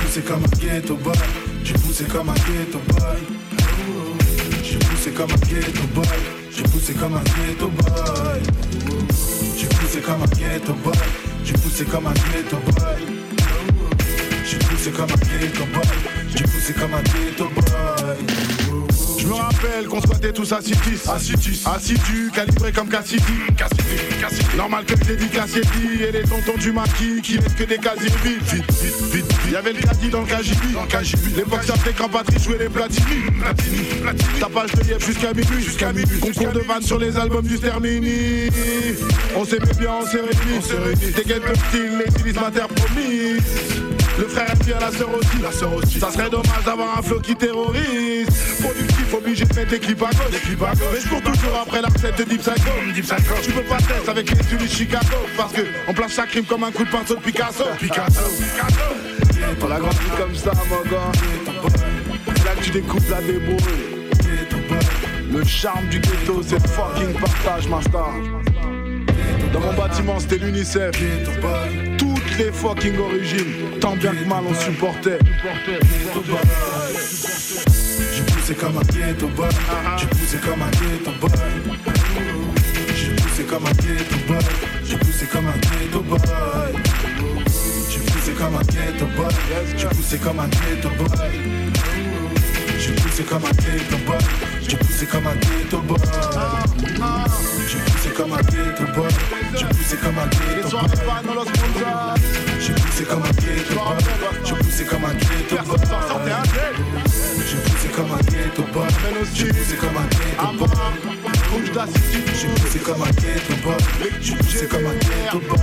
poussé comme un ghetto boy. J'ai poussé comme un ghetto boy. J'ai poussé comme un ghetto boy. J'ai poussé comme un ghetto boy. J'ai poussé comme un ghetto boy. J'ai poussé comme un ghetto boy. J'ai poussé comme un ghetto boy. J'ai poussé comme un ghetto boy. Je me rappelle qu'on squattait tous à 6-10. Assidus, calibrés comme Cassidy. Normal que je dédie Cassidy et les tontons du maquis qui mettent que des casiers vides. Y'avait le caddie dans le KGB. L'époque s'appelait Grand Patrice, jouait les platini. Tapage de Yep jusqu'à minuit. Concours de vannes sur les albums du Stermini. On s'aimait bien, on s'est réunis. Des guettes de style, les stylistes mater promis. Le frère est fier, la sœur aussi. Ça serait dommage d'avoir un flow qui terrorise. Productif, obligé de mettre des clips à gauche. Mais je cours toujours après la recette de Deep Psycho. Tu peux pas tester avec les studios de Chicago. Parce que on place chaque crime comme un coup de pinceau de Picasso. On a grandi comme ça, mon gars. C'est là que tu découvres la débrouille. Le charme du ghetto, c'est le fucking partage, ma star. Dans mon bâtiment, c'était l'UNICEF. Toutes les fucking origines, tant bien que mal on supportait. J'ai poussé comme un ghetto boy. J'ai poussé comme un ghetto boy. J'ai poussé comme un ghetto boy. J'ai poussé comme un ghetto boy. J'ai poussé comme un ghetto boy. J'ai poussé comme un ghetto boy. J'ai poussé comme un ghetto boy. J'ai poussé comme un ghetto boy. J'ai poussé comme un ghetto boy. J'ai poussé comme un ghetto boy. J'ai poussé comme un ghetto boy. J'ai poussé comme un ghetto boy. J'ai poussé comme un ghetto boy. J'ai poussé comme un ghetto boy. J'ai poussé comme un ghetto boy. J'ai poussé comme un ghetto boy.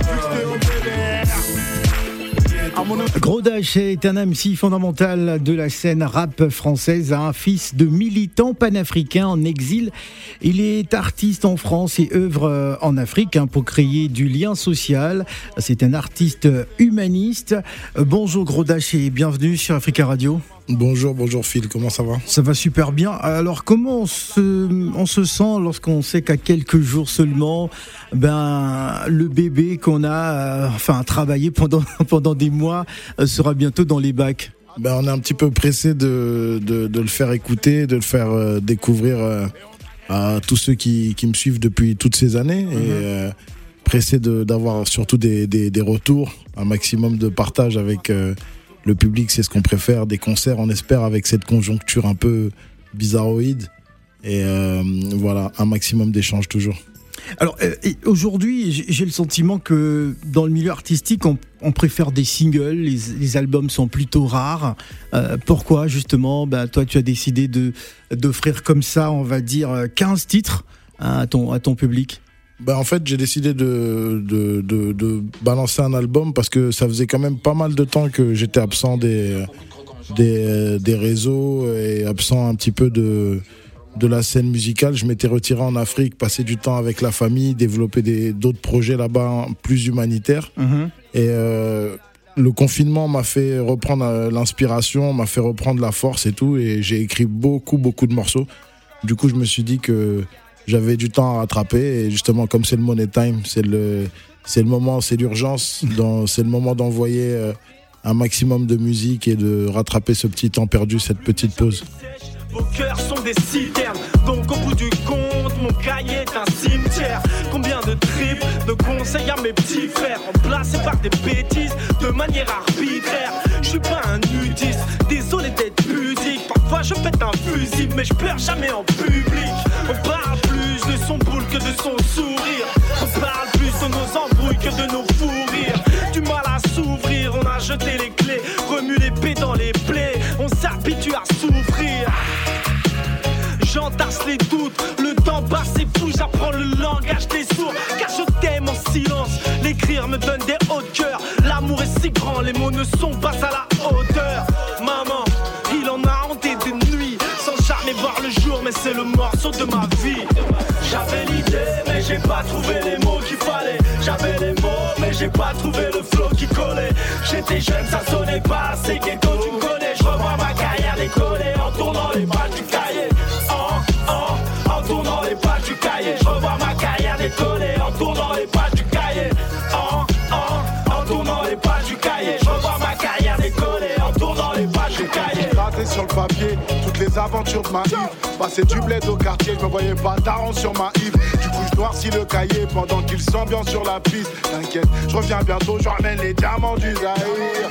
Gros Dash est un MC fondamental de la scène rap française, un fils de militant panafricain en exil. Il est artiste en France et œuvre en Afrique pour créer du lien social. C'est un artiste humaniste. Bonjour Gros Dash et bienvenue sur Africa Radio. Bonjour Phil, comment ça va ? Ça va super bien. Alors comment on se sent lorsqu'on sait qu'à quelques jours seulement, le bébé qu'on a travaillé pendant des mois sera bientôt dans les bacs ? On est un petit peu pressé de le faire écouter, de le faire découvrir à tous ceux qui me suivent depuis toutes ces années et pressé d'avoir surtout des retours, un maximum de partage avec le public. C'est ce qu'on préfère, des concerts, on espère, avec cette conjoncture un peu bizarroïde. Et voilà, un maximum d'échanges toujours. Alors, aujourd'hui, j'ai le sentiment que dans le milieu artistique, on préfère des singles, les albums sont plutôt rares. Pourquoi, justement, toi, tu as décidé d'offrir comme ça, on va dire, 15 titres à ton public ? En fait, j'ai décidé de balancer un album parce que ça faisait quand même pas mal de temps que j'étais absent des réseaux et absent un petit peu de la scène musicale. Je m'étais retiré en Afrique, passé du temps avec la famille, développer d'autres projets là-bas plus humanitaires. Et le confinement m'a fait reprendre l'inspiration, m'a fait reprendre la force et tout, et j'ai écrit beaucoup de morceaux. Du coup, je me suis dit que j'avais du temps à rattraper, et justement, comme c'est le money time, c'est le moment, c'est l'urgence, c'est le moment d'envoyer un maximum de musique et de rattraper ce petit temps perdu, cette petite pause. Vos cœurs sont des citernes, donc au bout du compte, mon cahier est un cimetière. Combien de tripes, de conseils à mes petits frères, remplacés par des bêtises de manière arbitraire. Je suis pas un nudiste, désolé d'être pudique. Parfois je pète un fusil, mais je pleure jamais en public. On parle plus de son boule que de son sourire. On parle plus de nos embrouilles que de nos fous rires. Du mal à s'ouvrir, on a jeté les clés, remue l'épée dans les plaies. On s'habitue à souffrir. J'entasse les doutes, le temps passe et fou, j'apprends le langage des sourds. Car je t'aime en silence, l'écrire me donne des hauts de cœur. L'amour est si grand, les mots ne sont pas à la hauteur. Maman, il en a hanté des nuits, sans jamais voir le jour, mais c'est le morceau de ma vie. J'avais l'idée, mais j'ai pas trouvé les mots qu'il fallait. J'avais les mots, mais j'ai pas trouvé le flow qui collait. J'étais jeune, ça sonnait pas assez ghetto, tu me connais. Je revois ma carrière décoller en tournant les pages du cahier. En tournant les pages du cahier. Je revois ma carrière décoller en tournant les pages du cahier. En tournant les pages du cahier. Je revois ma carrière décoller en tournant papier, toutes les aventures de ma vie. Passer du bled au quartier, je me voyais pas daron sur ma hive. Du coup je noircis le cahier pendant qu'il s'ambiance sur la piste. T'inquiète, je reviens bientôt, je ramène les diamants du Zaïre.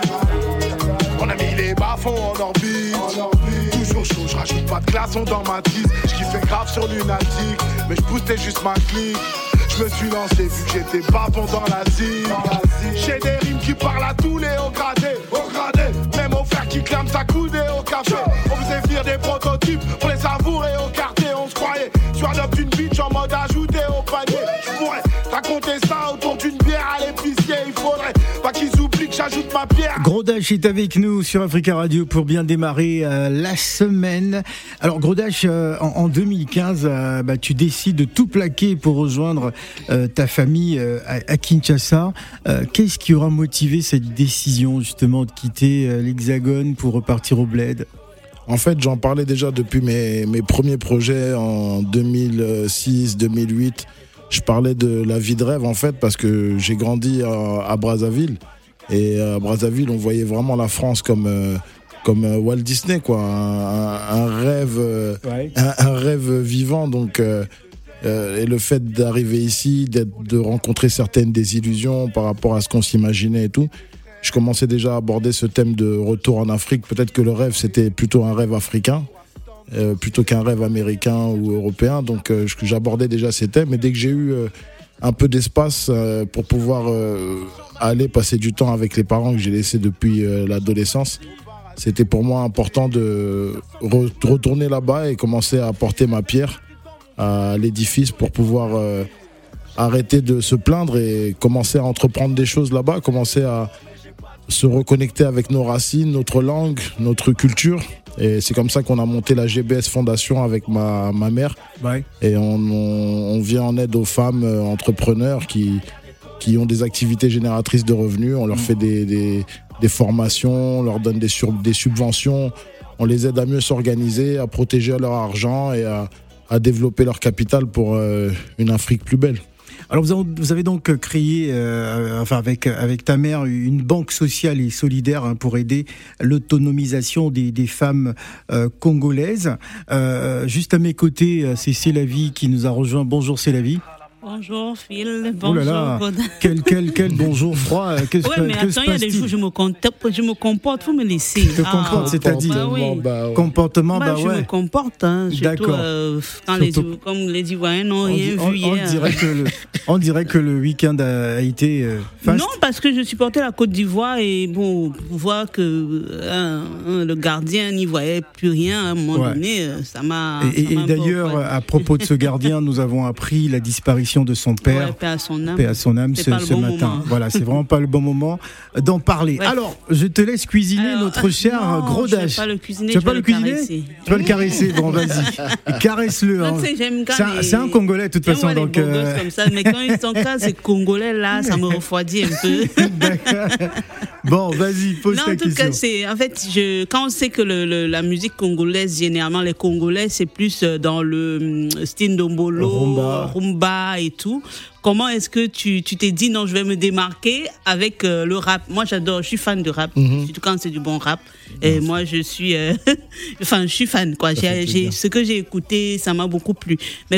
On a mis les bas-fonds en orbite. Toujours chaud, je rajoute pas de glaçons dans ma tisse. Je kiffais grave sur Lunatic, mais je boostais juste ma clique. Je me suis lancé vu que j'étais pas bon dans la zig. J'ai des rimes qui parlent à tous les hauts gradés. Même aux frères qui clament sa coudée au café. On faisait venir des prototypes pour les savourer au quartier. On se croyait sur adopte une bitch en mode ajouté au panier. Je pourrais raconter ça autour d'une bière à l'épicier. Il faudrait pas qu'ils oublient que j'ajoute ma pierre. Gros Dash est avec nous sur Africa Radio pour bien démarrer la semaine. Alors Gros Dash, en 2015, tu décides de tout plaquer pour rejoindre ta famille à Kinshasa. Qu'est-ce qui aura motivé cette décision justement de quitter l'Hexagone pour repartir au Bled ? En fait, j'en parlais déjà depuis mes premiers projets en 2006-2008. Je parlais de la vie de rêve en fait parce que j'ai grandi à Brazzaville. Et à Brazzaville, on voyait vraiment la France comme Walt Disney, quoi, un rêve, un rêve vivant. Donc, et le fait d'arriver ici, de rencontrer certaines désillusions par rapport à ce qu'on s'imaginait et tout, je commençais déjà à aborder ce thème de retour en Afrique. Peut-être que le rêve, c'était plutôt un rêve africain, plutôt qu'un rêve américain ou européen. Donc, j'abordais déjà ces thèmes. Et dès que j'ai eu un peu d'espace pour pouvoir aller passer du temps avec les parents que j'ai laissés depuis l'adolescence, c'était pour moi important de retourner là-bas et commencer à apporter ma pierre à l'édifice pour pouvoir arrêter de se plaindre et commencer à entreprendre des choses là-bas, commencer à se reconnecter avec nos racines, notre langue, notre culture. Et c'est comme ça qu'on a monté la GBS Fondation avec ma mère. Ouais. Et on vient en aide aux femmes entrepreneurs qui ont des activités génératrices de revenus. On leur fait des formations, on leur donne des subventions. On les aide à mieux s'organiser, à protéger leur argent et à développer leur capital pour une Afrique plus belle. Alors vous avez donc créé, avec ta mère, une banque sociale et solidaire pour aider l'autonomisation des femmes congolaises. Juste à mes côtés, c'est Célavie qui nous a rejoint. Bonjour Célavie. Bonjour Phil, bonjour. Oh là là, quel bonjour froid. Oui, mais attends, il y a des jours je me comporte, faut me laisser. Tu te comportes, c'est-à-dire comportement, je me comporte, surtout comme les Ivoiriens n'ont rien vu hier. On dirait que le week-end a été faste. Non, parce que je supportais la Côte d'Ivoire et bon, voir que le gardien n'y voyait plus rien à un moment donné, ça m'a. Et d'ailleurs, à propos de ce gardien, nous avons appris la disparition de son père. Ouais, paix à son âme. Paix à son âme ce matin. Moment. Voilà, c'est vraiment pas le bon moment d'en parler. Ouais. Alors, je te laisse cuisiner notre cher Gros Dash. Je vais pas le cuisiner. Tu vas pas le cuisiner ? Tu vas le caresser. Bon, vas-y. Caresse-le. Hein. C'est un Congolais de toute façon. Donc, comme ça. Mais quand ils sont cas, ces Congolais là, ça me refroidit un peu. Bon, vas-y, pose ta question. En tout cas, en fait, quand on sait que la musique congolaise, généralement, les Congolais, c'est plus dans le style Ndombolo, rumba et tout. Comment est-ce que tu t'es dit non, je vais me démarquer avec le rap? Moi, j'adore, je suis fan de rap, surtout quand c'est du bon rap. Et moi, je suis, je suis fan, quoi. Ce que j'ai écouté, ça m'a beaucoup plu. Mais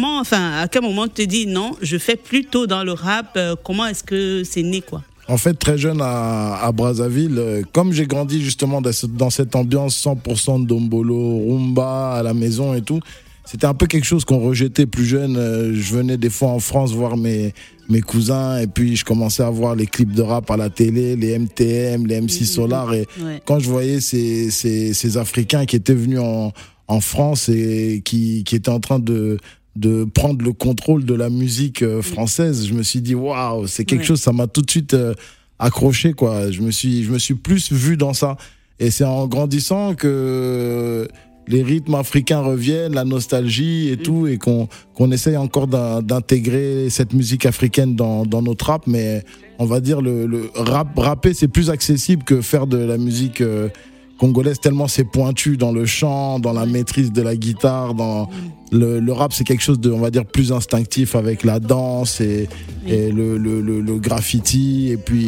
à quel moment tu te dis non, je fais plutôt dans le rap? Comment est-ce que c'est né, quoi? En fait, très jeune à Brazzaville, comme j'ai grandi justement dans cette ambiance 100% de Ndombolo, rumba à la maison et tout, c'était un peu quelque chose qu'on rejetait plus jeune. Je venais des fois en France voir mes cousins et puis je commençais à voir les clips de rap à la télé, les MTM, les MC Solar. Et quand je voyais ces Africains qui étaient venus en France et qui étaient en train de prendre le contrôle de la musique française, je me suis dit waouh, c'est quelque chose, ça m'a tout de suite accroché, quoi. Je me suis plus vu dans ça. Et c'est en grandissant que les rythmes africains reviennent, la nostalgie et tout, et qu'on essaye encore d'intégrer cette musique africaine dans notre rap. Mais on va dire le rapper, c'est plus accessible que faire de la musique congolaise, tellement c'est pointu dans le chant, dans la maîtrise de la guitare, dans le rap, c'est quelque chose de, on va dire, plus instinctif avec la danse et le graffiti, et puis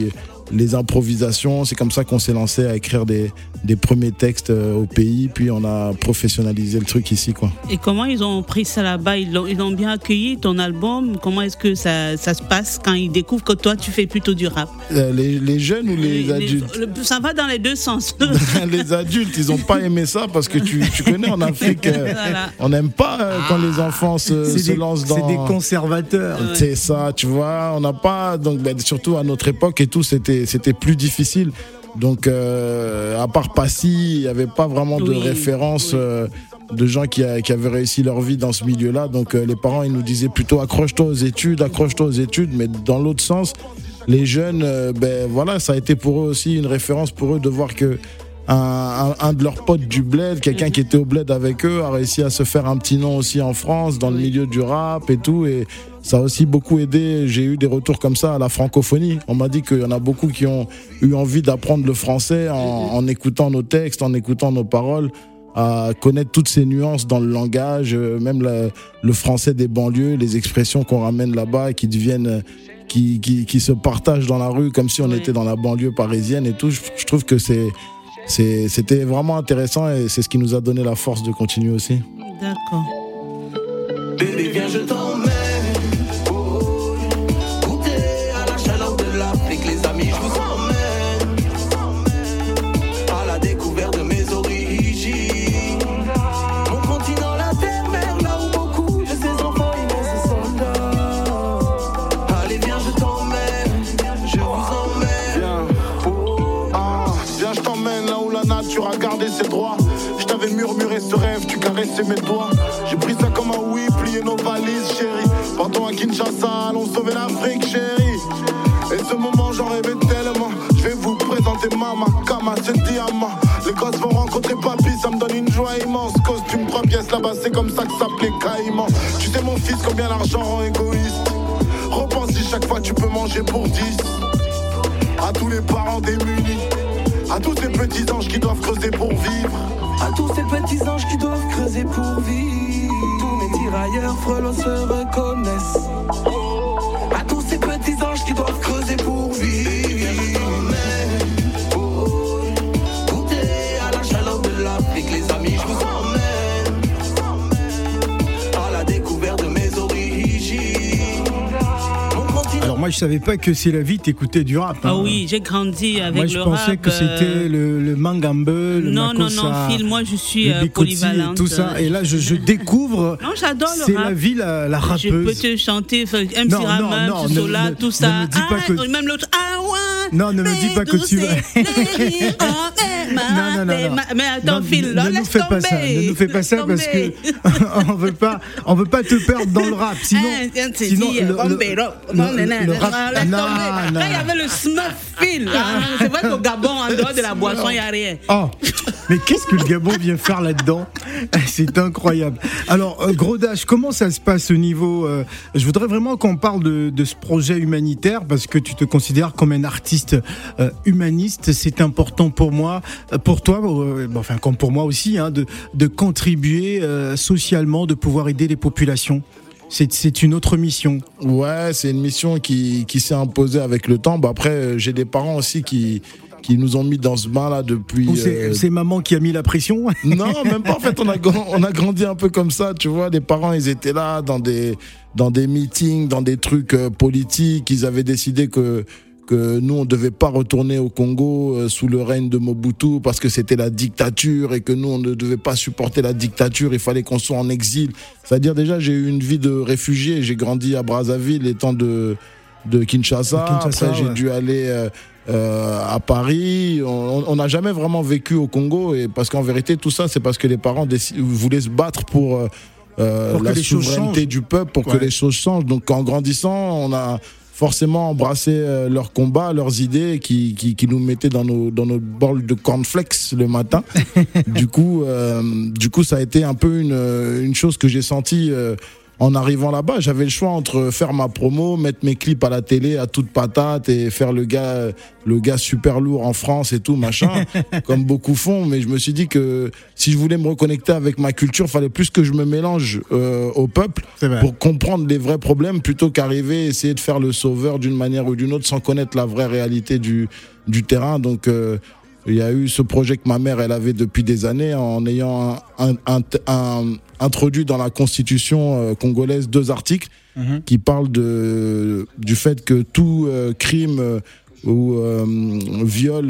les improvisations. C'est comme ça qu'on s'est lancé à écrire des premiers textes au pays, puis on a professionnalisé le truc ici, quoi. Et comment ils ont pris ça là-bas? Ils l'ont bien accueilli, ton album? Comment est-ce que ça se passe quand ils découvrent que toi tu fais plutôt du rap? Les jeunes ou les adultes? Ça va dans les deux sens. Les adultes, ils ont pas aimé ça parce que tu connais, en Afrique, voilà. On n'aime pas quand les enfants se lancent dans... C'est des conservateurs. C'est ça, tu vois. On n'a pas... Donc, surtout à notre époque et tout, c'était plus difficile. Donc, à part Passy, il n'y avait pas vraiment de référence de gens qui avaient réussi leur vie dans ce milieu-là. Donc, les parents, ils nous disaient plutôt accroche-toi aux études. Mais dans l'autre sens, les jeunes, voilà, ça a été pour eux aussi une référence pour eux de voir que un de leurs potes du bled, quelqu'un qui était au bled avec eux, a réussi à se faire un petit nom aussi en France, dans le milieu du rap et tout. Et ça a aussi beaucoup aidé. J'ai eu des retours comme ça à la francophonie. On m'a dit qu'il y en a beaucoup qui ont eu envie d'apprendre le français en écoutant nos textes, en écoutant nos paroles, à connaître toutes ces nuances dans le langage, même le français des banlieues, les expressions qu'on ramène là-bas qui deviennent... Qui se partagent dans la rue comme si on était dans la banlieue parisienne et tout. Je trouve que c'était vraiment intéressant et c'est ce qui nous a donné la force de continuer aussi. D'accord. Bébé, viens, je t'emmène. Goûter à la chaleur de l'Afrique, les amis, je vous emmène. À la découverte de mes origines. Mon continent, la terre, mère, là où beaucoup de ces enfants y naissent ces soldats. Allez, viens, je t'emmène. Je vous emmène. Viens, je t'emmène là où la nature a gardé ses droits. Je t'avais murmuré ce rêve, tu caressais mes doigts. J'ai pris ça comme un oui, plié nos valises, chérie. Partons à Kinshasa, allons sauver l'Afrique, chérie. Et ce moment, j'en rêvais tellement. Je vais vous présenter Mama, Kama, c'est Diamant. Les gosses vont rencontrer papy, ça me donne une joie immense. Costume 3 pièces là-bas, c'est comme ça que ça s'appelait Caïman. Tu sais mon fils, combien l'argent rend égoïste. Repense si chaque fois tu peux manger pour 10. À tous les parents démunis, à tous ces petits anges qui doivent creuser pour vivre. À tous ces petits anges qui doivent creuser pour vivre. Tous mes tirailleurs frelons se reconnaissent. À tous ces petits anges qui doivent creuser pour vivre. Goûter à la chaleur de l'Afrique, les amis, je vous emmène. À la découverte de mes origines. Alors moi je savais pas que c'est la vie t'écoutais du rap. Ah oui, j'ai grandi avec le rap. Moi je pensais que c'était le Mangambe, le Makossa. Non, Phil, moi je suis polyvalente. Et tout ça. Et là je découvre. Non, j'adore le rap. C'est la vie, la rappeuse. Je peux te chanter MC Rama, Sola, tout ça. Ne me dis pas que... Même l'autre. Non, ne me dis pas que tu vas. Non. Mais attends, Phil, ne nous fais pas ça. Ne nous fais pas ça parce que on veut pas te perdre dans le rap. Sinon le rap. Là, il y avait le Smurf, Phil. C'est vrai qu'au Gabon, en dehors de la boisson, il n'y a rien. Oh, mais qu'est-ce que le Gabon vient faire là-dedans? C'est incroyable. Alors, Gros Dash, comment ça se passe au niveau... je voudrais vraiment qu'on parle de ce projet humanitaire parce que tu te considères comme un artiste humaniste. C'est important pour moi, pour toi, enfin comme pour moi aussi, hein, de contribuer socialement, de pouvoir aider les populations. C'est une autre mission. Ouais, c'est une mission qui s'est imposée avec le temps. Après, j'ai des parents aussi qui nous ont mis dans ce bain-là depuis... C'est maman qui a mis la pression? Non, même pas. En fait, on a grandi un peu comme ça, tu vois. Les parents, ils étaient là dans des meetings, dans des trucs politiques. Ils avaient décidé que nous, on devait pas retourner au Congo sous le règne de Mobutu parce que c'était la dictature et que nous, on ne devait pas supporter la dictature. Il fallait qu'on soit en exil. C'est-à-dire, déjà, j'ai eu une vie de réfugié. J'ai grandi à Brazzaville, étant de Kinshasa. Après, j'ai dû aller... à Paris, on n'a jamais vraiment vécu au Congo et parce qu'en vérité tout ça c'est parce que les parents voulaient se battre pour la souveraineté du peuple, pour que les choses changent. Donc en grandissant, on a forcément embrassé leurs combats, leurs idées qui nous mettaient dans nos bols de cornflakes le matin. Du coup ça a été un peu une chose que j'ai sentie en arrivant là-bas, j'avais le choix entre faire ma promo, mettre mes clips à la télé à toute patate et faire le gars super lourd en France et tout, machin, comme beaucoup font. Mais je me suis dit que si je voulais me reconnecter avec ma culture, il fallait plus que je me mélange au peuple pour comprendre les vrais problèmes plutôt qu'arriver et essayer de faire le sauveur d'une manière ou d'une autre sans connaître la vraie réalité du terrain. Donc, il y a eu ce projet que ma mère, elle avait depuis des années en ayant introduit dans la constitution congolaise 2 articles qui parlent du fait que tout crime ou viol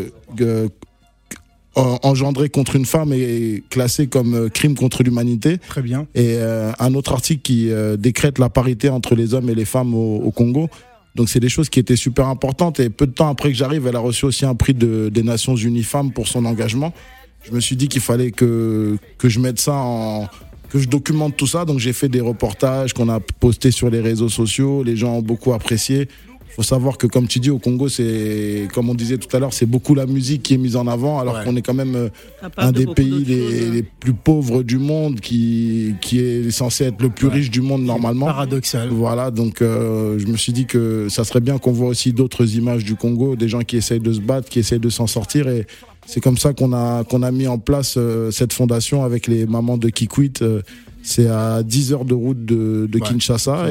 engendré contre une femme est classé comme crime contre l'humanité. Très bien. Et un autre article qui décrète la parité entre les hommes et les femmes au Congo. Donc c'est des choses qui étaient super importantes et peu de temps après que j'arrive, elle a reçu aussi un prix des Nations Unies Femmes pour son engagement. Je me suis dit qu'il fallait que je mette ça que je documente tout ça. Donc j'ai fait des reportages qu'on a postés sur les réseaux sociaux, les gens ont beaucoup apprécié. Faut savoir que comme tu dis au Congo, c'est comme on disait tout à l'heure, c'est beaucoup la musique qui est mise en avant alors qu'on est quand même un des pays les plus pauvres du monde qui est censé être le plus riche du monde normalement. Paradoxal. Voilà, donc je me suis dit que ça serait bien qu'on voit aussi d'autres images du Congo, des gens qui essayent de se battre, qui essayent de s'en sortir et c'est comme ça qu'on a mis en place cette fondation avec les mamans de Kikwit. C'est à 10 heures de route de Kinshasa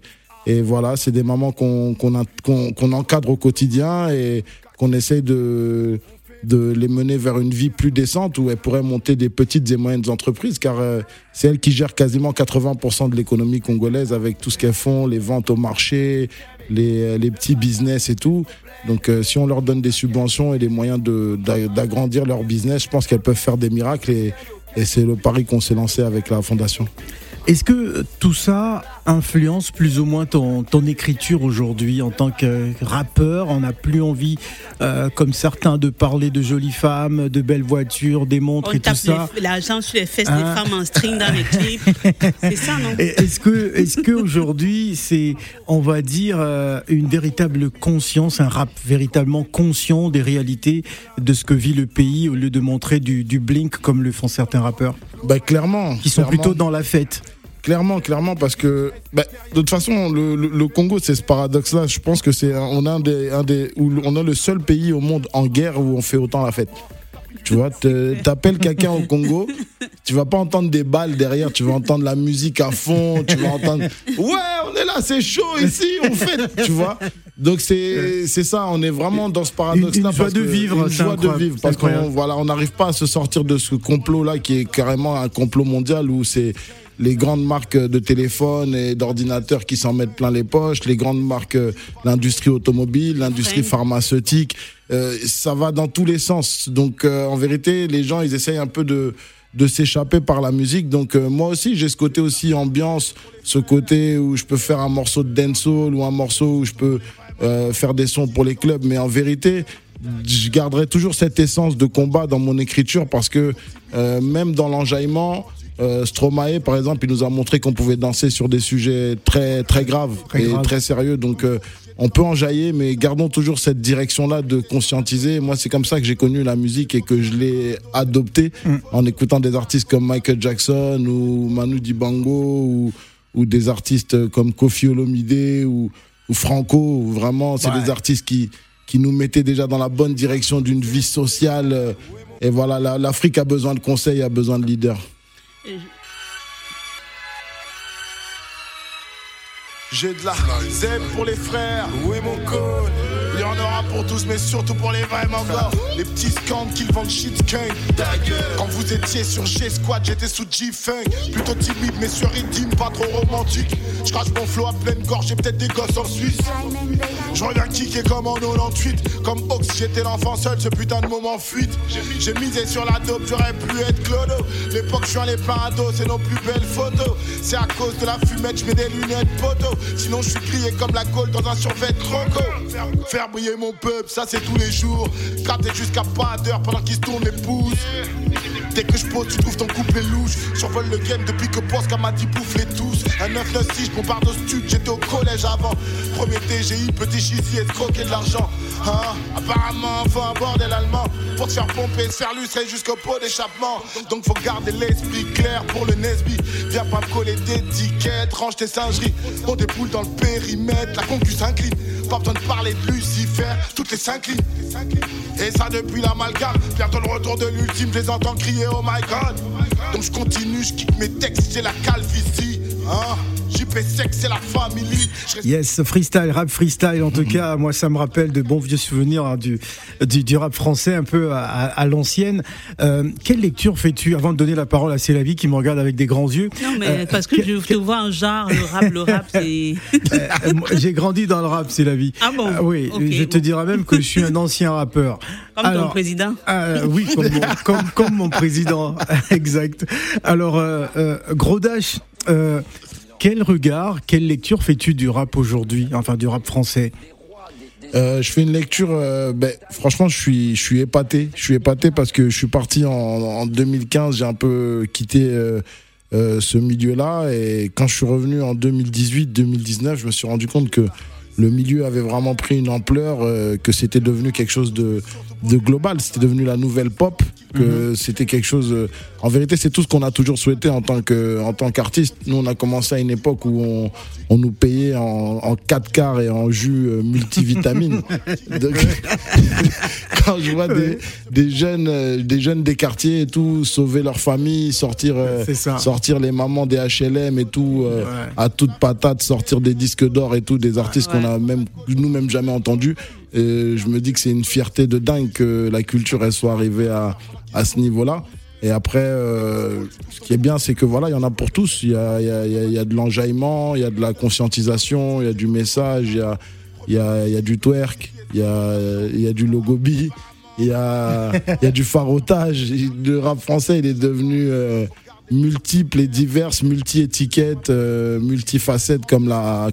et voilà, c'est des mamans qu'on encadre au quotidien et qu'on essaye de les mener vers une vie plus décente où elles pourraient monter des petites et moyennes entreprises car c'est elles qui gèrent quasiment 80% de l'économie congolaise avec tout ce qu'elles font, les ventes au marché, les petits business et tout. Donc si on leur donne des subventions et des moyens d'agrandir leur business, je pense qu'elles peuvent faire des miracles et c'est le pari qu'on s'est lancé avec la fondation. Est-ce que tout ça influence plus ou moins ton écriture aujourd'hui en tant que rappeur? On n'a plus envie, comme certains, de parler de jolies femmes, de belles voitures, des montres et tout ça. L'argent sur les fesses des femmes en string dans les clips. C'est ça, non? Est-ce que aujourd'hui, c'est, on va dire, une véritable conscience, un rap véritablement conscient des réalités de ce que vit le pays au lieu de montrer du blink comme le font certains rappeurs? Clairement. Qui sont plutôt dans la fête. Clairement, parce que de toute façon, le Congo, c'est ce paradoxe-là. Je pense que on a on a le seul pays au monde en guerre où on fait autant la fête. Tu vois, t'appelles quelqu'un au Congo, tu vas pas entendre des balles derrière, tu vas entendre la musique à fond, tu vas entendre on est là, c'est chaud ici, on fait, tu vois. Donc c'est ça, on est vraiment dans ce paradoxe-là. Une joie de vivre, parce qu'on n'arrive pas à se sortir de ce complot-là qui est carrément un complot mondial où c'est les grandes marques de téléphones et d'ordinateurs qui s'en mettent plein les poches, les grandes marques, l'industrie automobile, l'industrie pharmaceutique, ça va dans tous les sens. Donc en vérité, les gens, ils essayent un peu de s'échapper par la musique. Donc moi aussi, j'ai ce côté aussi ambiance, ce côté où je peux faire un morceau de dancehall ou un morceau où je peux faire des sons pour les clubs. Mais en vérité, je garderai toujours cette essence de combat dans mon écriture parce que même dans l'enjaillement, Stromae par exemple, il nous a montré qu'on pouvait danser sur des sujets très très graves très sérieux. Donc on peut enjailler, mais gardons toujours cette direction-là de conscientiser. Moi, c'est comme ça que j'ai connu la musique et que je l'ai adoptée en écoutant des artistes comme Michael Jackson ou Manu Dibango ou des artistes comme Koffi Olomide ou Franco. Vraiment, c'est des artistes qui nous mettaient déjà dans la bonne direction d'une vie sociale. Et voilà, l'Afrique a besoin de conseils, a besoin de leaders. J'ai de la zèbre pour les frères, où est mon code? Il y en aura pour tous, mais surtout pour les vrais mangas. Les petits scans qui vendent shit skunk. Quand vous étiez sur G-Squad, j'étais sous G-Funk. Plutôt timide, mais sur Redeem, pas trop romantique. Je crache mon flow à pleine gorge, j'ai peut-être des gosses en Suisse. Je reviens kicker comme en 98. Comme Ox, j'étais l'enfant seul, ce putain de moment fuite. J'ai misé sur la dope, j'aurais pu être clodo. L'époque, je suis allé plein à dos, c'est nos plus belles photos. C'est à cause de la fumette, je mets des lunettes poteau. Sinon, je suis grillé comme la Gaule dans un survêt croco. Faire briller mon peuple, ça c'est tous les jours. Gratter jusqu'à pas d'heure pendant qu'ils se tournent les pouces. Dès que je pose, tu trouves ton couplet louche. J'envole le game depuis que Boss Kamadi bouffe les tous. Un 996, je bombarde au stud, j'étais au collège avant. Premier TGI, petit chisi, escroquer de l'argent. Hein, apparemment, faut un bordel allemand. Pour te faire pomper, se faire lustrer jusqu'au pot d'échappement. Donc faut garder l'esprit clair pour le Nesby. Viens pas me coller d'étiquettes, range tes singeries. On déboule dans le périmètre, la concu s'incline. Pas besoin de parler de Lucifer, toutes les s'inclinent. Et ça depuis l'amalgame, bientôt le retour de l'ultime, je les entends crier oh my god. Donc je continue, je kick mes textes, j'ai la calvitie. Hein, JP Sec, c'est la famille. Yes, freestyle, rap freestyle. En tout cas, moi, ça me rappelle de bons vieux souvenirs hein, du rap français, un peu à l'ancienne. Quelle lecture fais-tu, avant de donner la parole à Célavi qui me regarde avec des grands yeux? Non, mais parce que je te vois un genre, le rap, c'est... J'ai grandi dans le rap, Célavi. Ah bon? Oui, okay, je te dirais même que je suis un ancien rappeur. Comme ton président? Oui, comme mon président, exact. Alors, Gros Dash, quel regard, quelle lecture fais-tu du rap aujourd'hui, enfin du rap français? Je fais une lecture, franchement je suis épaté. Je suis épaté parce que je suis parti en 2015, j'ai un peu quitté ce milieu-là, et quand je suis revenu en 2018-2019, je me suis rendu compte que le milieu avait vraiment pris une ampleur, que c'était devenu quelque chose de global, c'était devenu la nouvelle pop, que c'était quelque chose... en vérité, c'est tout ce qu'on a toujours souhaité en tant qu'artiste. Nous, on a commencé à une époque où on nous payait en 4 quarts et en jus multivitamines. Donc, quand je vois des jeunes des quartiers et tout sauver leur famille, sortir les mamans des HLM et tout, à toute patate, sortir des disques d'or et tout, des artistes qu'on a nous-mêmes jamais entendus. Et je me dis que c'est une fierté de dingue que la culture elle soit arrivée à ce niveau-là. Et après, ce qui est bien, c'est que voilà, il y en a pour tous. Il y a de l'enjaillement, il y a de la conscientisation, il y a du message, il y a du twerk, il y a du logobi, il y a du farotage. Le rap français, il est devenu multiple et divers, multi-étiquettes, multifacettes comme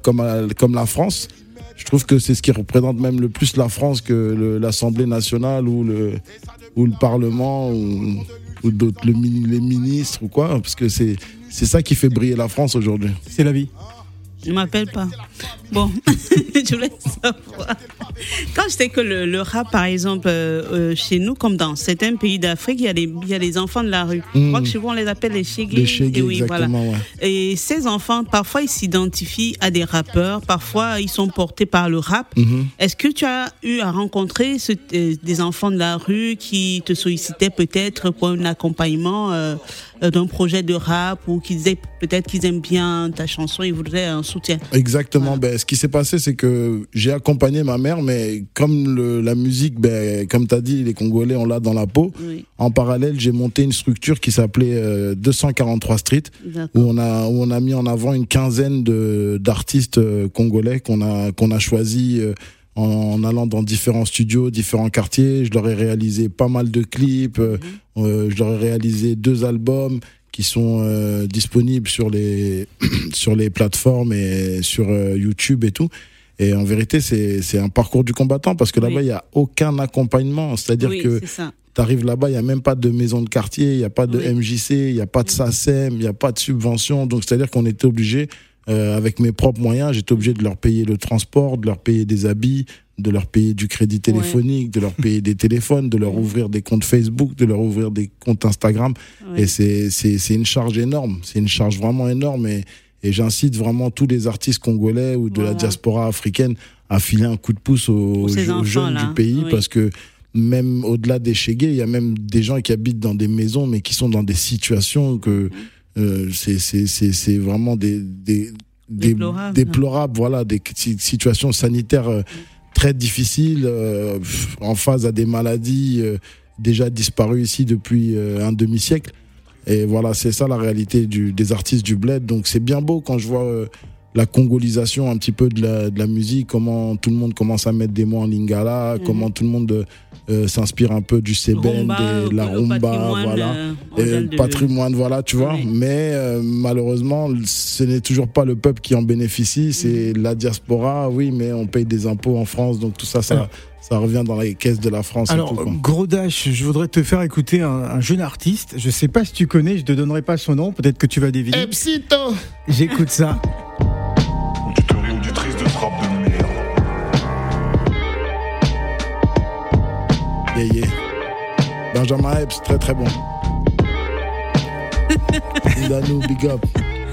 la France. Je trouve que c'est ce qui représente même le plus la France que l'Assemblée nationale ou le Parlement ou d'autres, les ministres ou quoi, parce que c'est ça qui fait briller la France aujourd'hui. C'est la vie. Ne m'appelle pas. Bon, je voulais savoir. Quand je sais que le rap, par exemple, chez nous, comme dans certains pays d'Afrique, il y a des enfants de la rue. Je crois que chez vous, on les appelle les chégués. Les chégués, oui, exactement, voilà. Ouais. Et ces enfants, parfois, ils s'identifient à des rappeurs. Parfois, ils sont portés par le rap. Est-ce que tu as eu à rencontrer des enfants de la rue qui te sollicitaient peut-être pour un accompagnement d'un projet de rap, ou qui disaient peut-être qu'ils aiment bien ta chanson, ils voudraient un soutien? Exactement. Voilà. Ce qui s'est passé, c'est que j'ai accompagné ma mère, mais comme la musique, comme tu as dit, les Congolais, on l'a dans la peau. Oui. En parallèle, j'ai monté une structure qui s'appelait 243 Street, où on a mis en avant une quinzaine d'artistes congolais qu'on a choisi en allant dans différents studios, différents quartiers. Je leur ai réalisé pas mal de clips, je leur ai réalisé 2 albums qui sont disponibles sur les plateformes et sur YouTube et tout. Et en vérité, c'est un parcours du combattant, parce que là-bas, il n'y a aucun accompagnement. C'est-à-dire que tu arrives là-bas, il n'y a même pas de maison de quartier, il n'y a pas de MJC, il n'y a pas de SACEM, il n'y a pas de subvention. Donc, c'est-à-dire qu'on était obligé, avec mes propres moyens, j'étais obligé de leur payer le transport, de leur payer des habits, de leur payer du crédit téléphonique, de leur payer des téléphones, de leur ouvrir des comptes Facebook, de leur ouvrir des comptes Instagram. Et c'est une charge énorme. C'est une charge vraiment énorme. Et j'incite vraiment tous les artistes congolais ou de la diaspora africaine à filer un coup de pouce aux jeunes du pays, parce que même au-delà des chégués, il y a même des gens qui habitent dans des maisons, mais qui sont dans des situations que c'est vraiment déplorables, voilà, des situations sanitaires très difficiles, en phase à des maladies déjà disparues ici depuis un demi-siècle. Et voilà, c'est ça la réalité des artistes du bled. Donc c'est bien beau quand je vois la congolisation un petit peu de la musique, comment tout le monde commence à mettre des mots en lingala, comment tout le monde s'inspire un peu du sébène, de la rumba, voilà, le patrimoine, voilà, tu vois. Mais malheureusement, ce n'est toujours pas le peuple qui en bénéficie, c'est la diaspora, oui, mais on paye des impôts en France, donc tout ça, ça revient dans les caisses de la France. Alors, Gros Dash, je voudrais te faire écouter un jeune artiste. Je sais pas si tu connais, je te donnerai pas son nom, peut-être que tu vas deviner. Epsito. J'écoute ça. Auditeur et auditrice de rap de merde. Yeah. Benjamin Epps, très très bon. Danou, big up.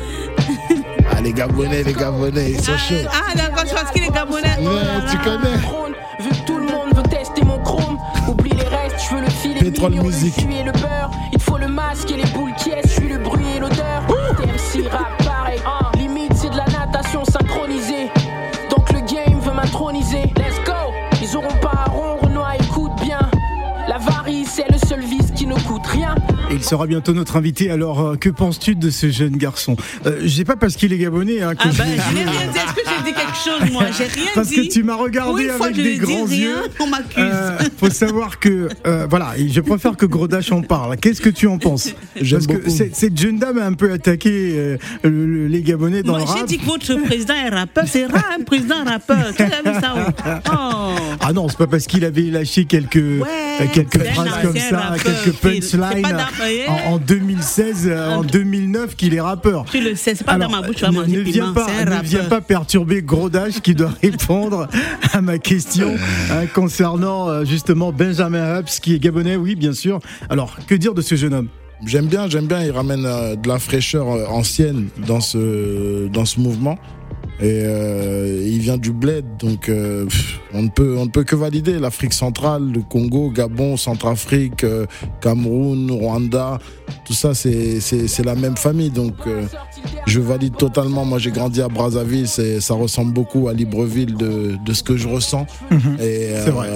Ah, les Gabonais, ils sont chauds. Ah, d'accord, je pense qu'il est Gabonais. Ouais, tu connais. Vu que tout le monde veut tester mon chrome, oublie les restes, je veux le filet Pétrole mignon, musique. le jus et le beurre. Il te faut le masque et les boules qui est, je suis le bruit et l'odeur. TMC rap pareil, limite c'est de la natation synchronisée. Donc le game veut m'introniser. Let's go, ils auront pas un rond, Renoir écoute bien. La varice c'est le seul vice qui ne coûte rien. Et il sera bientôt notre invité. Alors, que penses-tu de ce jeune garçon ? J'ai pas parce qu'il est gabonais hein, que je n'ai rien dit. Est-ce que j'ai dit quelque chose, moi ? J'ai rien parce dit. Parce que tu m'as regardé avec des grands yeux. On m'accuse. Faut savoir que, voilà, je préfère que Gros Dash en parle. Qu'est-ce que tu en penses ? Parce que cette jeune dame a un peu attaqué les Gabonais dans le rap. J'ai dit que votre président est rappeur. C'est rare, un président rappeur. Tu as vu ça où ? Ah non, c'est pas parce qu'il avait lâché quelques phrases comme ça, quelques punchlines en 2016, en 2009 qu'il est rappeur. Tu le sais, c'est pas dans ma bouche, tu vas manger piment, ne viens pas perturber Gros Dash qui doit répondre à ma question concernant justement Benjamin Epps qui est gabonais, oui bien sûr. Alors, que dire de ce jeune homme ? J'aime bien, il ramène de la fraîcheur ancienne dans ce mouvement. Et il vient du bled, donc on ne peut que valider. L'Afrique centrale, le Congo, Gabon, Centrafrique, Cameroun, Rwanda, tout ça c'est la même famille, donc je valide totalement. Moi j'ai grandi à Brazzaville, ça ressemble beaucoup à Libreville de ce que je ressens. C'est vrai.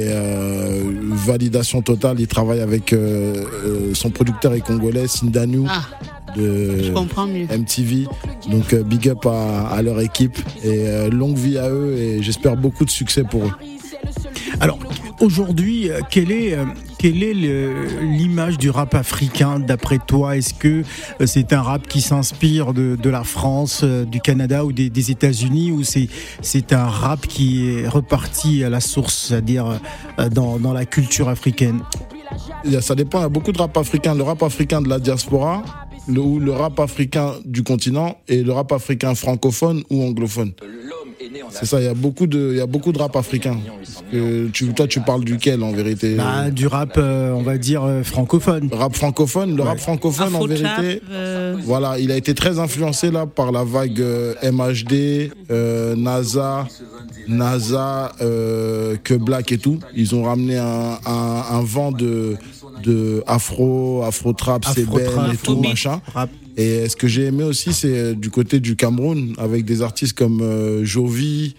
Validation totale. Il travaille avec son producteur est congolais, Sindanou. Je comprends mieux. MTV, donc big up à leur équipe et longue vie à eux et j'espère beaucoup de succès pour eux. Alors aujourd'hui, quelle est l'image du rap africain d'après toi ? Est-ce que c'est un rap qui s'inspire de la France, du Canada ou des États-Unis, ou c'est un rap qui est reparti à la source, c'est-à-dire dans la culture africaine ? Ça dépend, il y a beaucoup de rap africain. Le rap africain de la diaspora, le rap africain du continent et le rap africain francophone ou anglophone. C'est ça, il y a beaucoup de rap africain. Toi, tu parles duquel en vérité ? Du rap, on va dire francophone. Rap francophone, rap francophone en vérité. Voilà, il a été très influencé là par la vague MHD, NASA, Que Black et tout. Ils ont ramené un vent de afro trap, Sébène et tout machin. Et ce que j'ai aimé aussi, c'est du côté du Cameroun, avec des artistes comme Jovi,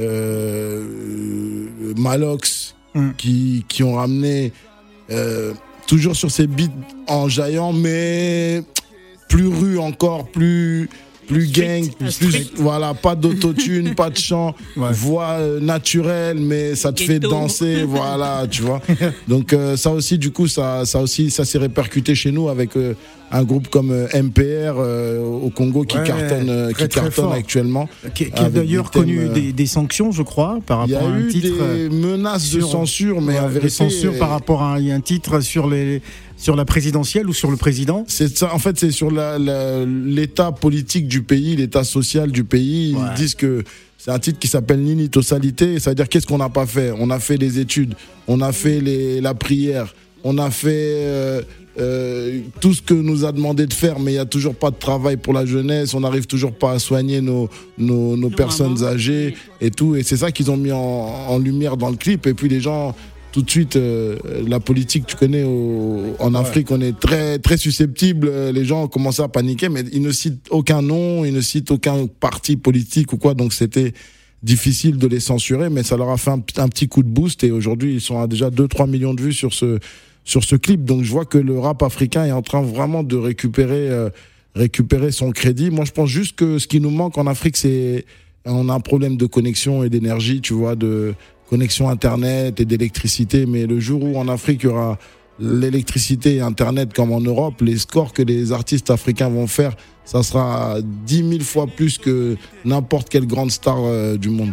Malox, qui ont ramené toujours sur ces beats en jaillant, mais plus rue encore, plus gang, voilà, pas d'autotune, pas de chant, voix naturelle, mais ça te fait danser, voilà, tu vois. Donc ça aussi, du coup, ça s'est répercuté chez nous avec un groupe comme MPR au Congo qui cartonne actuellement. Qui a d'ailleurs connu des sanctions, je crois, par rapport à un titre. Il y a eu des menaces de censure, mais en vérité. Des censures par rapport à un titre sur la présidentielle ou sur le président ? C'est ça, en fait, c'est sur l'état politique du pays, l'état social du pays. Ils disent que c'est un titre qui s'appelle Nini Tossalité, c'est-à-dire qu'est-ce qu'on n'a pas fait ? On a fait les études, on a fait la prière, on a fait tout ce que nous a demandé de faire, mais il n'y a toujours pas de travail pour la jeunesse, on n'arrive toujours pas à soigner nos personnes âgées et tout. Et c'est ça qu'ils ont mis en lumière dans le clip. Et puis les gens... Tout de suite, la politique, tu connais, en Afrique, on est très, très susceptible. Les gens ont commencé à paniquer, mais ils ne citent aucun nom, ils ne citent aucun parti politique ou quoi. Donc c'était difficile de les censurer, mais ça leur a fait un petit coup de boost. Et aujourd'hui, ils sont à déjà 2-3 millions de vues sur ce clip. Donc je vois que le rap africain est en train vraiment de récupérer récupérer son crédit. Moi, je pense juste que ce qui nous manque en Afrique, on a un problème de connexion et d'énergie, tu vois, de connexion Internet et d'électricité. Mais le jour où en Afrique, il y aura l'électricité et Internet comme en Europe, les scores que les artistes africains vont faire, ça sera 10 000 fois plus que n'importe quelle grande star du monde.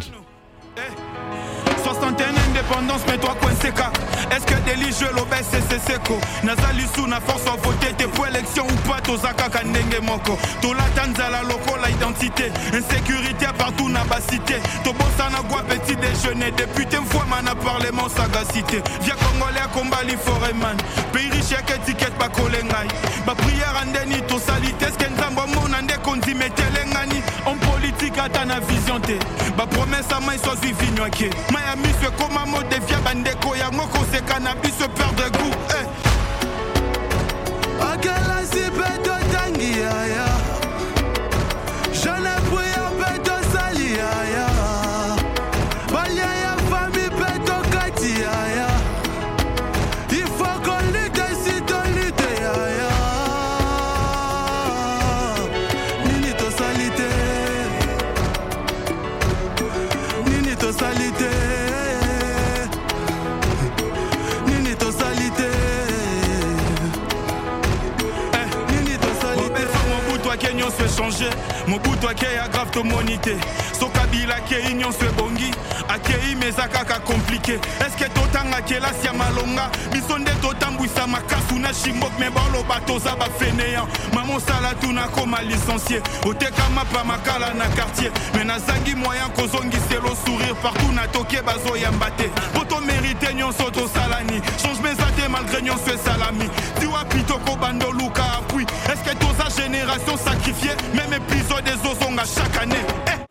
61 indépendance, mais toi coincé ka. Est-ce que Deli je l'obèse c'est seco. Nazali sous na force à voter t'es pour élection ou pas tozaka kandenge moko. Tola tanzala loko la identité. Insécurité partout na ba cité. Tobosa na gwa petit déjeuner. Député fois mana parlement sagacité. Via Congolais à combat li foreman. Pays riche ak étiquette ba kolengai. Ba prière andeni to salite. Est-ce que nzambo monande kondi metelengani. En politique ata na vision te. Ba promesse à mai so suivi noake. Miami se comme un mot de via bandeko ya moko se cannabis se perd de goût. Akala si beto tangi ya ya. Je ne puis beto sali ya ya. Balia ya famille beto kati ya ya. Il faut qu'on lutte si ton lutte ya ya. Nini to salité. Nini to salité. Kenyon se changer, mon bout toi qui a grave to monité. So kabila qui union se bongi, akei mezakaka compliqué. Est-ce que totanga qui la sia malonga, bisonde totambwisa makasu na shimbok me balo bato za ba fainéant. Maman sala tuna koma licencié, oteka mapa makala na quartier. Mais na zangi moyen kozongi selo sourire partout na toke bazo yambate. Poto mérité nyon soto salani, change mes até malgré nyon se salami. Tu vois pitoko bando luka apui. Est-ce que toza génération sacrifiée, même épisode des Ozonga chaque année.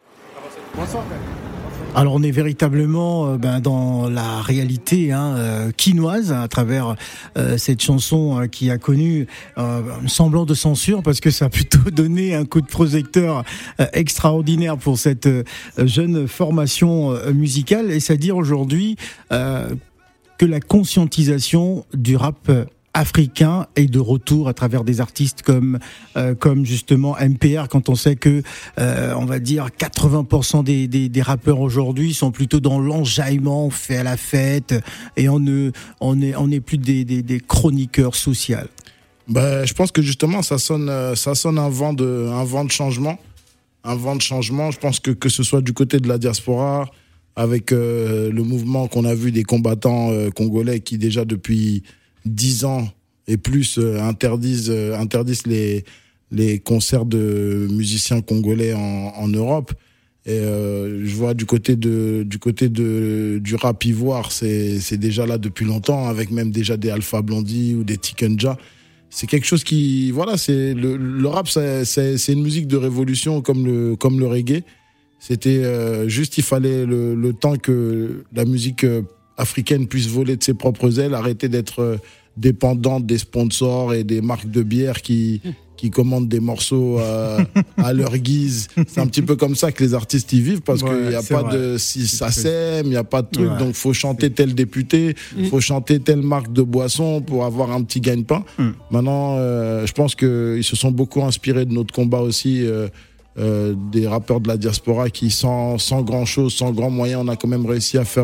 Alors on est véritablement dans la réalité quinoise à travers cette chanson qui a connu un semblant de censure parce que ça a plutôt donné un coup de projecteur extraordinaire pour cette jeune formation musicale. Et c'est-à-dire aujourd'hui que la conscientisation du rap africain est de retour à travers des artistes comme justement MPR, quand on sait que on va dire 80% des rappeurs aujourd'hui sont plutôt dans l'enjaillement, on fait à la fête et on est plus des chroniqueurs sociaux. Je pense que justement ça sonne un vent de changement, je pense que ce soit du côté de la diaspora avec le mouvement qu'on a vu des combattants congolais qui déjà depuis 10 ans et plus interdisent les concerts de musiciens congolais en Europe. Et je vois du côté du rap ivoire, c'est déjà là depuis longtemps, avec même déjà des Alpha Blondy ou des Tikenja. C'est quelque chose qui, voilà, c'est le rap, c'est une musique de révolution comme le reggae. C'était juste, il fallait le temps que la musique africaine puisse voler de ses propres ailes, arrêter d'être dépendante des sponsors et des marques de bière qui commandent des morceaux à leur guise. C'est un petit peu comme ça que les artistes y vivent parce qu'il n'y a pas de si ça sème, il n'y a pas de truc, donc faut chanter tel député, faut chanter telle marque de boisson pour avoir un petit gagne-pain. Maintenant, je pense qu'ils se sont beaucoup inspirés de notre combat aussi, des rappeurs de la diaspora qui sans grand chose, sans grand moyen, on a quand même réussi à faire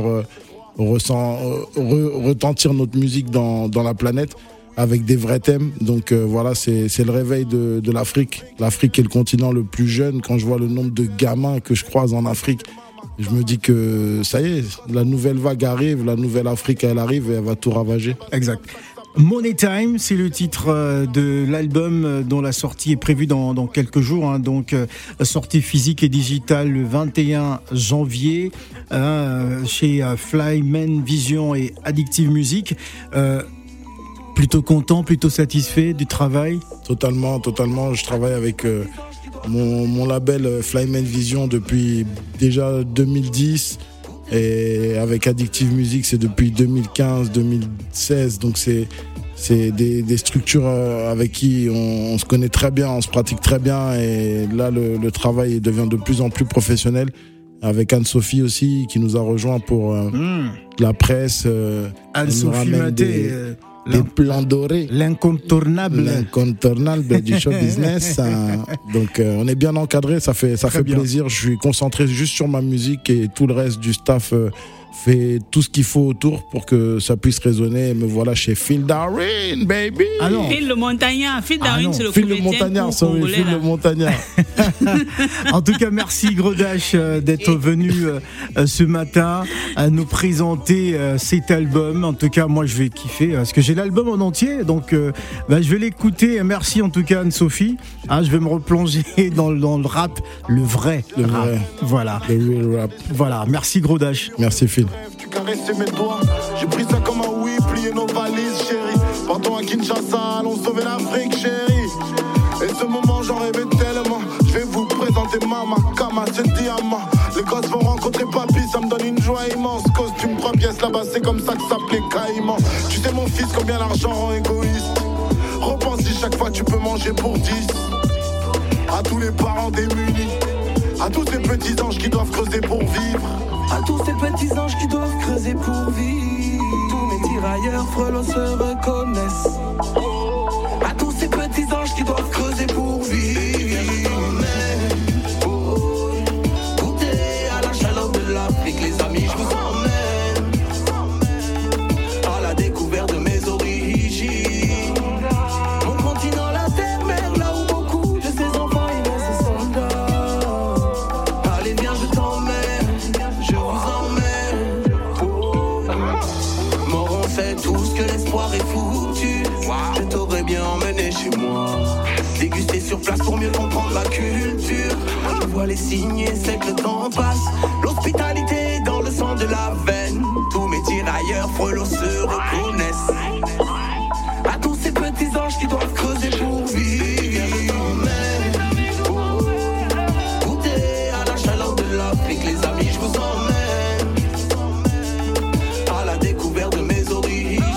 retentir notre musique dans la planète avec des vrais thèmes. Donc voilà, c'est le réveil de l'Afrique. L'Afrique est le continent le plus jeune. Quand je vois le nombre de gamins que je croise en Afrique, je me dis que ça y est, la nouvelle vague arrive, la nouvelle Afrique elle arrive et elle va tout ravager. Exact. Money Time, c'est le titre de l'album dont la sortie est prévue dans quelques jours, donc sortie physique et digitale le 21 janvier chez Flyman Vision et Addictive Music. Plutôt content, plutôt satisfait du travail? Totalement. Je travaille avec mon label Flyman Vision depuis déjà 2010 et avec Addictive Music c'est depuis 2015-2016, donc c'est des structures avec qui on se connaît très bien, on se pratique très bien et là le travail devient de plus en plus professionnel avec Anne-Sophie aussi qui nous a rejoint pour la presse. Anne-Sophie Maté, des plans dorés. L'incontournable Du show business. Donc on est bien encadré, ça fait plaisir. Je suis concentré juste sur ma musique et tout le reste du staff fait tout ce qu'il faut autour pour que ça puisse résonner. Et me voilà chez Phil Darwin, baby. Ah non. Phil le Montagnard. Phil Darwin, c'est le Phil le Montagnard, Phil le Montagnard. En tout cas, merci Gros Dash d'être venu ce matin à nous présenter cet album. En tout cas, moi, je vais kiffer parce que j'ai l'album en entier. Donc, je vais l'écouter. Merci en tout cas, Anne-Sophie. Je vais me replonger dans le rap, le vrai rap. Voilà. Le real rap. Voilà. Merci Gros Dash. Merci Phil. Tu caresses mes doigts, j'ai pris ça comme un oui, plié nos valises, chérie. Partons à Kinshasa, allons sauver l'Afrique, chérie. Et ce moment, j'en rêvais tellement. Je vais vous présenter Mama, Kama, c'est le diamant. Les gosses vont rencontrer papy, ça me donne une joie immense. Costume 3 pièces là-bas, c'est comme ça que s'appelait Caïman. Tu sais, mon fils, combien l'argent rend égoïste. Repense-y chaque fois, tu peux manger pour 10. À tous les parents démunis, à tous ces petits anges qui doivent creuser pour vivre. À tous ces petits anges qui doivent creuser pour vivre. Tous mes tirailleurs frelots se reconnaissent. À tous ces petits anges qui doivent creuser pour vivre. Goûtez à la chaleur de l'Afrique, les amis, je vous emmène à la découverte de mes origines. Mon continent, la terre, mère, là où beaucoup de ces enfants y naissent ces soldats. Allez, viens, je t'emmène. Tout ce que l'espoir est foutu, je t'aurais bien emmené chez moi. Déguster sur place pour mieux comprendre la culture. Je vois les signes, c'est que le temps passe. L'hospitalité dans le sang de la veine. Tous mes tirailleurs frelots se reconnaissent. À tous ces petits anges qui doivent creuser pour vivre. Goûtez à la chaleur de l'Afrique, les amis, je vous emmène à la découverte de mes origines.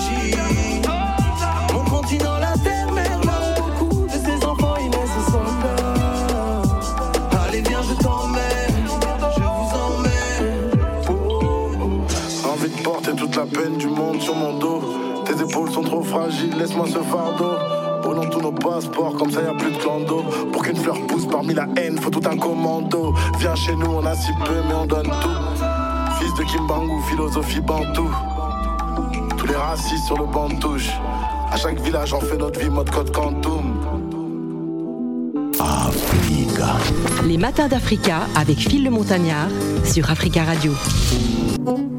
Mon continent, la terre, mère, là où beaucoup de ces enfants y naissent ces soldats. Allez, viens, je t'emmène, je vous emmène. Envie de porter toute la peine du monde sur mon dos. Tes épaules sont trop fragiles, laisse-moi ce fardeau. Prenons tous nos passeports, comme ça y a plus de clando. Pour qu'une fleur pousse parmi la haine, faut tout un commando. Viens chez nous, on a si peu, mais on donne tout. Fils de Kimbangu, philosophie bantou. Tous les racistes sur le banc de touche. À chaque village, on fait notre vie, mode code quantum. Les matins d'Africa avec Phil le Montagnard sur Africa Radio.